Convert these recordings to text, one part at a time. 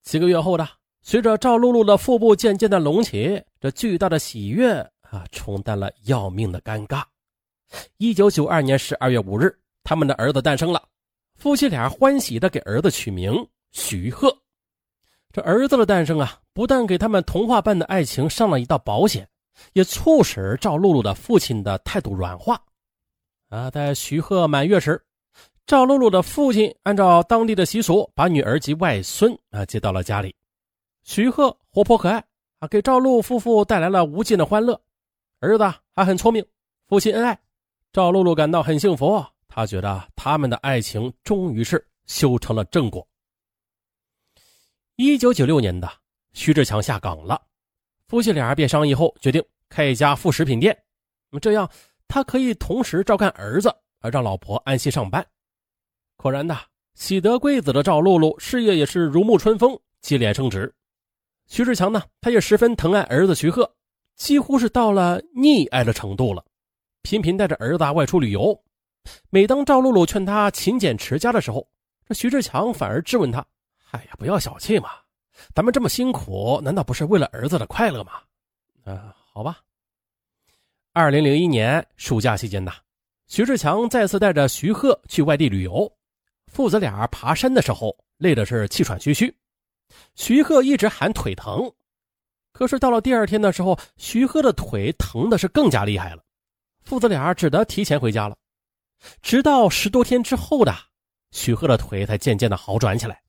几个月后的，随着赵露露的腹部渐渐的隆起，这巨大的喜悦冲淡了要命的尴尬。1992年12月5日，他们的儿子诞生了。夫妻俩欢喜地给儿子取名徐鹤。这儿子的诞生不但给他们童话般的爱情上了一道保险，也促使赵露露的父亲的态度软化。在徐鹤满月时，赵露露的父亲按照当地的习俗，把女儿及外孙接到了家里。徐鹤活泼可爱给赵露夫妇带来了无尽的欢乐。儿子还很聪明，夫妻恩爱，赵露露感到很幸福。她觉得他们的爱情终于是修成了正果。1996年的，徐志强下岗了，夫妻俩便商议后决定开一家副食品店，这样他可以同时照看儿子，让老婆安心上班。果然的，喜得贵子的赵露露事业也是如沐春风，接连升职。徐志强呢，他也十分疼爱儿子徐鹤，几乎是到了溺爱的程度了，频频带着儿子外出旅游。每当赵露露劝他勤俭持家的时候，这徐志强反而质问他：不要小气嘛，咱们这么辛苦，难道不是为了儿子的快乐吗？好吧。2001年暑假期间呢，徐志强再次带着徐鹤去外地旅游，父子俩爬山的时候累的是气喘吁吁，徐鹤一直喊腿疼，可是到了第二天的时候，徐鹤的腿疼的是更加厉害了，父子俩只得提前回家了。直到10多天之后的，徐鹤的腿才渐渐的好转起来。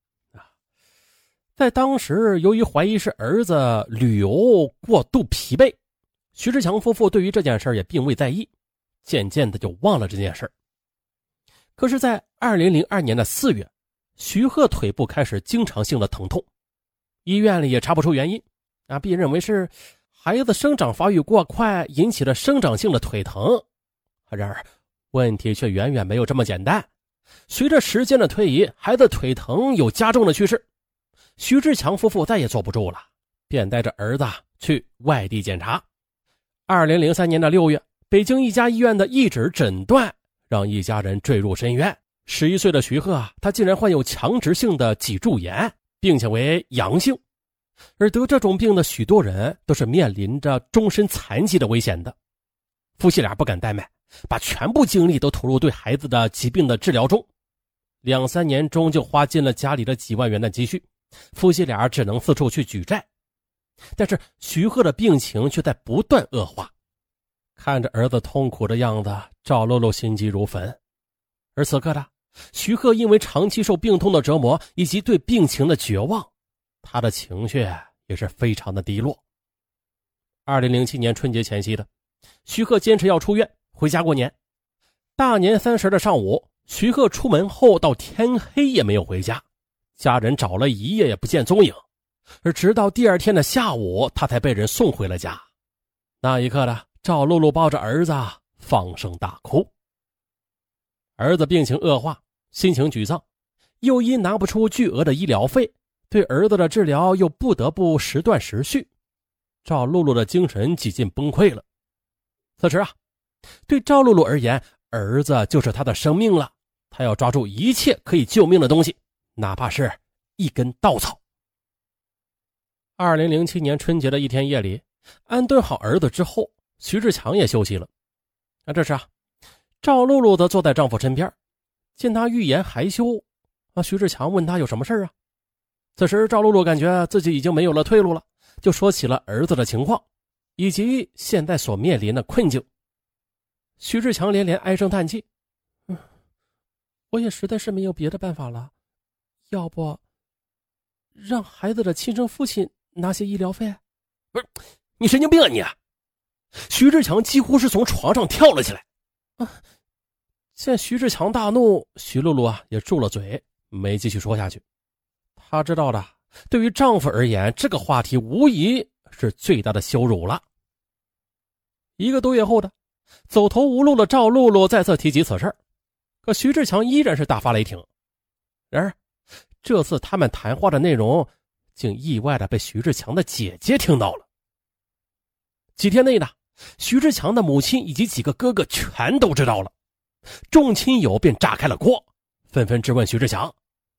在当时，由于怀疑是儿子旅游过度疲惫，徐志强夫妇对于这件事也并未在意，渐渐的就忘了这件事。可是在2002年的4月，徐鹤腿部开始经常性的疼痛，医院里也查不出原因，并认为是孩子生长发育过快引起了生长性的腿疼。然而问题却远远没有这么简单，随着时间的推移，孩子腿疼有加重的趋势。徐志强夫妇再也坐不住了，便带着儿子去外地检查。2003年的6月，北京一家医院的一纸诊断让一家人坠入深渊。11岁的徐鹤他竟然患有强直性的脊柱炎，并且为阳性。而得这种病的许多人都是面临着终身残疾的危险的。夫妻俩不敢怠慢，把全部精力都投入对孩子的疾病的治疗中。2-3年中就花尽了家里的几万元的积蓄，夫妻俩只能四处去举债。但是徐鹤的病情却在不断恶化，看着儿子痛苦的样子，赵露露心急如焚。而此刻的徐鹤因为长期受病痛的折磨以及对病情的绝望，他的情绪也是非常的低落。2007年春节前夕的，徐鹤坚持要出院回家过年。大年30的上午，徐鹤出门后到天黑也没有回家，家人找了一夜也不见踪影，而直到第二天的下午，他才被人送回了家。那一刻的赵露露抱着儿子放声大哭。儿子病情恶化，心情沮丧，又因拿不出巨额的医疗费，对儿子的治疗又不得不时断时续，赵露露的精神几近崩溃了。此时对赵露露而言，儿子就是她的生命了，她要抓住一切可以救命的东西，哪怕是一根稻草。2007年春节的一天夜里，安顿好儿子之后，徐志强也休息了。这时赵露露则坐在丈夫身边，见他欲言还休，徐志强问他有什么事此时赵露露感觉自己已经没有了退路了，就说起了儿子的情况以及现在所面临的困境。徐志强连连唉声叹气，我也实在是没有别的办法了，要不让孩子的亲生父亲拿些医疗费？不是，你神经病你！徐志强几乎是从床上跳了起来。见徐志强大怒，徐露露也住了嘴，没继续说下去。她知道的，对于丈夫而言，这个话题无疑是最大的羞辱了。1个多月后的，走投无路的赵露露再次提及此事，可徐志强依然是大发雷霆。然而这次他们谈话的内容竟意外的被徐志强的姐姐听到了。几天内呢，徐志强的母亲以及几个哥哥全都知道了，众亲友便炸开了锅，纷纷质问徐志强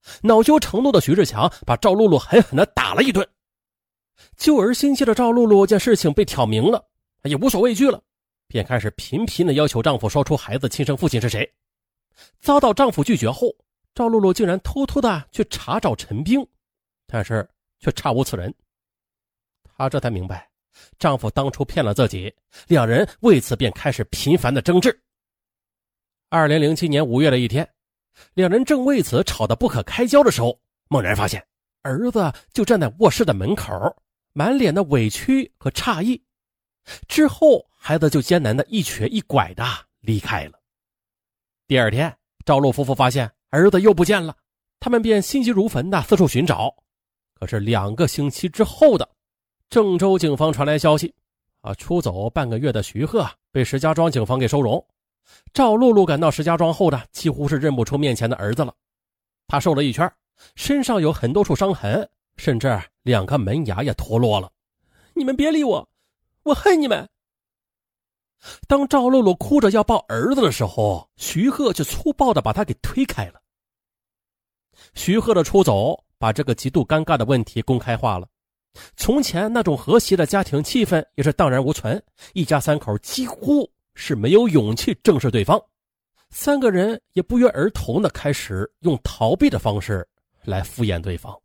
恼羞成怒的徐志强把赵露露狠狠地打了一顿。救儿心切的赵露露见事情被挑明了，也无所畏惧了，便开始频频地要求丈夫说出孩子亲生父亲是谁。遭到丈夫拒绝后，赵露露竟然偷偷地去查找陈兵，但是却查无此人。她这才明白丈夫当初骗了自己，两人为此便开始频繁的争执。2007年5月的一天，两人正为此吵得不可开交的时候，猛然发现儿子就站在卧室的门口，满脸的委屈和诧异。之后孩子就艰难的一瘸一拐的离开了。第二天，赵露夫妇发现儿子又不见了，他们便心急如焚的四处寻找。可是2个星期之后的郑州警方传来消息，出走半个月的徐鹤被石家庄警方给收容。赵露露赶到石家庄后的几乎是认不出面前的儿子了。他瘦了一圈，身上有很多处伤痕，甚至2颗门牙也脱落了。你们别理我，我恨你们。当赵露露哭着要抱儿子的时候，徐鹤却粗暴地把他给推开了。徐鹤的出走把这个极度尴尬的问题公开化了。从前那种和谐的家庭气氛也是荡然无存，一家3口几乎是没有勇气正视对方，3个人也不约而同地开始用逃避的方式来敷衍对方。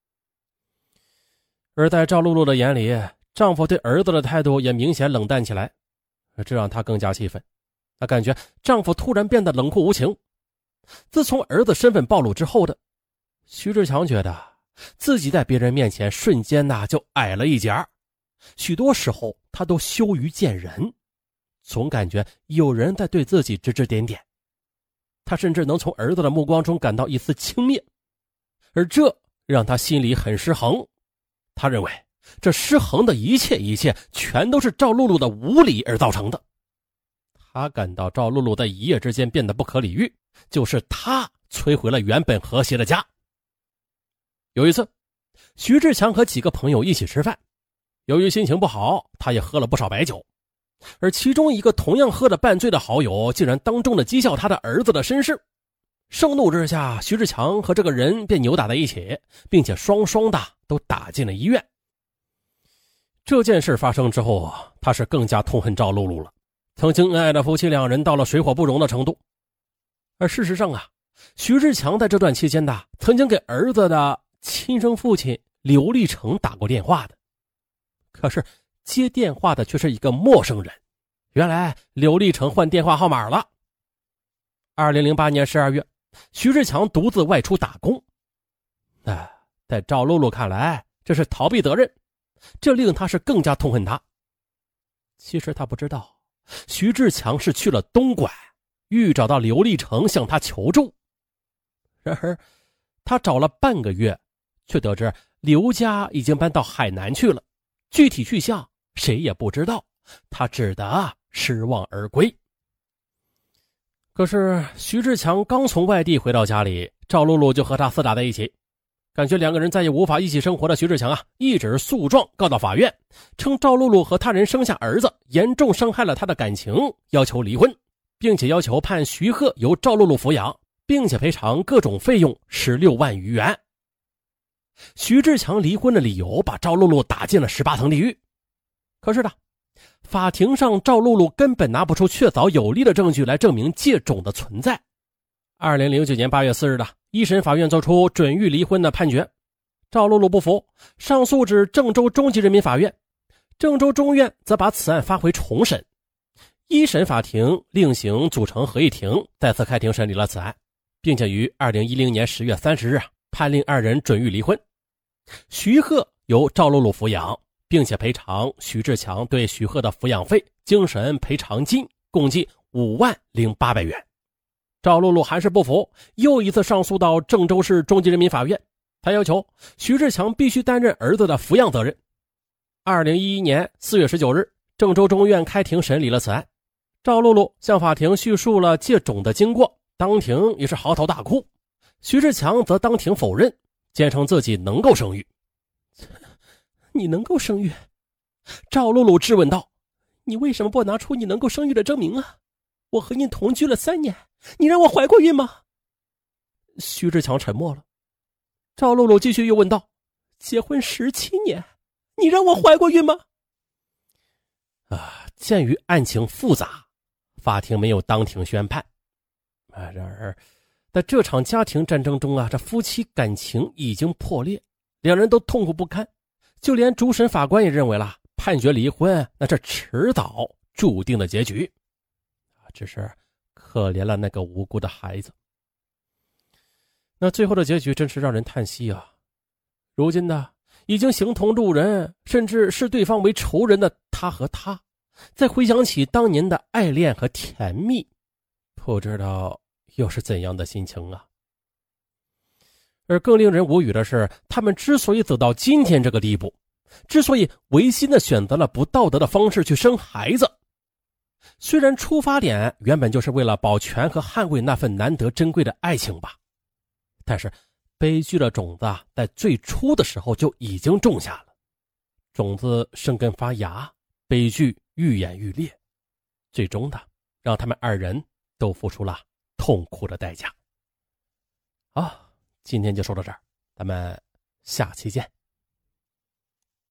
而在赵露露的眼里，丈夫对儿子的态度也明显冷淡起来，这让她更加气愤。她感觉丈夫突然变得冷酷无情。自从儿子身份暴露之后的徐志强觉得自己在别人面前瞬间就矮了一截，许多时候他都羞于见人，总感觉有人在对自己指指点点。他甚至能从儿子的目光中感到一丝轻蔑，而这让他心里很失衡。他认为这失衡的一切全都是赵露露的无理而造成的。他感到赵露露在一夜之间变得不可理喻，就是他摧毁了原本和谐的家。有一次，徐志强和几个朋友一起吃饭，由于心情不好，他也喝了不少白酒。而其中一个同样喝得半醉的好友竟然当众的讥笑他的儿子的身世。盛怒之下，徐志强和这个人便扭打在一起，并且双的都打进了医院。这件事发生之后，他是更加痛恨赵露露了。曾经恩爱的夫妻2人到了水火不容的程度。而事实上徐志强在这段期间曾经给儿子的亲生父亲刘立成打过电话的，可是接电话的却是一个陌生人。原来刘立成换电话号码了。2008年12月，徐志强独自外出打工。在赵露露看来，这是逃避责任，这令他是更加痛恨他。其实他不知道，徐志强是去了东莞，欲找到刘立成向他求助。然而他找了半个月，却得知刘家已经搬到海南去了，具体去向谁也不知道，他只得失望而归。可是徐志强刚从外地回到家里，赵露露就和他厮打在一起。感觉2个人再也无法一起生活的徐志强一纸诉状告到法院，称赵露露和他人生下儿子，严重伤害了他的感情，要求离婚，并且要求判徐鹤由赵露露抚养，并且赔偿各种费用16万余元。徐志强离婚的理由把赵露露打进了18层地狱。可是法庭上赵露露根本拿不出确凿有力的证据来证明借种的存在。2009年8月4日一审法院作出准予离婚的判决。赵露露不服，上诉至郑州中级人民法院，郑州中院则把此案发回重审。一审法庭另行组成合议庭，再次开庭审理了此案，并且于2010年10月30日判令2人准予离婚。徐鹤由赵露露抚养，并且赔偿徐志强对徐鹤的抚养费、精神赔偿金共计5万0800元。赵露露还是不服，又一次上诉到郑州市中级人民法院，他要求徐志强必须担任儿子的抚养责任。2011年4月19日，郑州中院开庭审理了此案。赵露露向法庭叙述了借种的经过，当庭也是嚎啕大哭。徐志强则当庭否认，坚称自己能够生育。你能够生育？赵露露质问道，你为什么不拿出你能够生育的证明啊？我和你同居了3年，你让我怀过孕吗？徐志强沉默了， 赵露露继续又问道：结婚17年，你让我怀过孕吗？鉴于案情复杂，法庭没有当庭宣判。然而在这场家庭战争中这夫妻感情已经破裂，两人都痛苦不堪，就连主审法官也认为了判决离婚，那这迟早注定的结局。只是可怜了那个无辜的孩子。那最后的结局真是让人叹息啊！如今呢，已经形同路人，甚至视对方为仇人的他和他，再回想起当年的爱恋和甜蜜，不知道又是怎样的心情啊！而更令人无语的是，他们之所以走到今天这个地步，之所以违心的选择了不道德的方式去生孩子，虽然出发点原本就是为了保全和捍卫那份难得珍贵的爱情吧，但是悲剧的种子在最初的时候就已经种下了，种子生根发芽，悲剧愈演愈烈，最终的让他们二人都付出了痛苦的代价。好，今天就说到这儿，咱们下期见。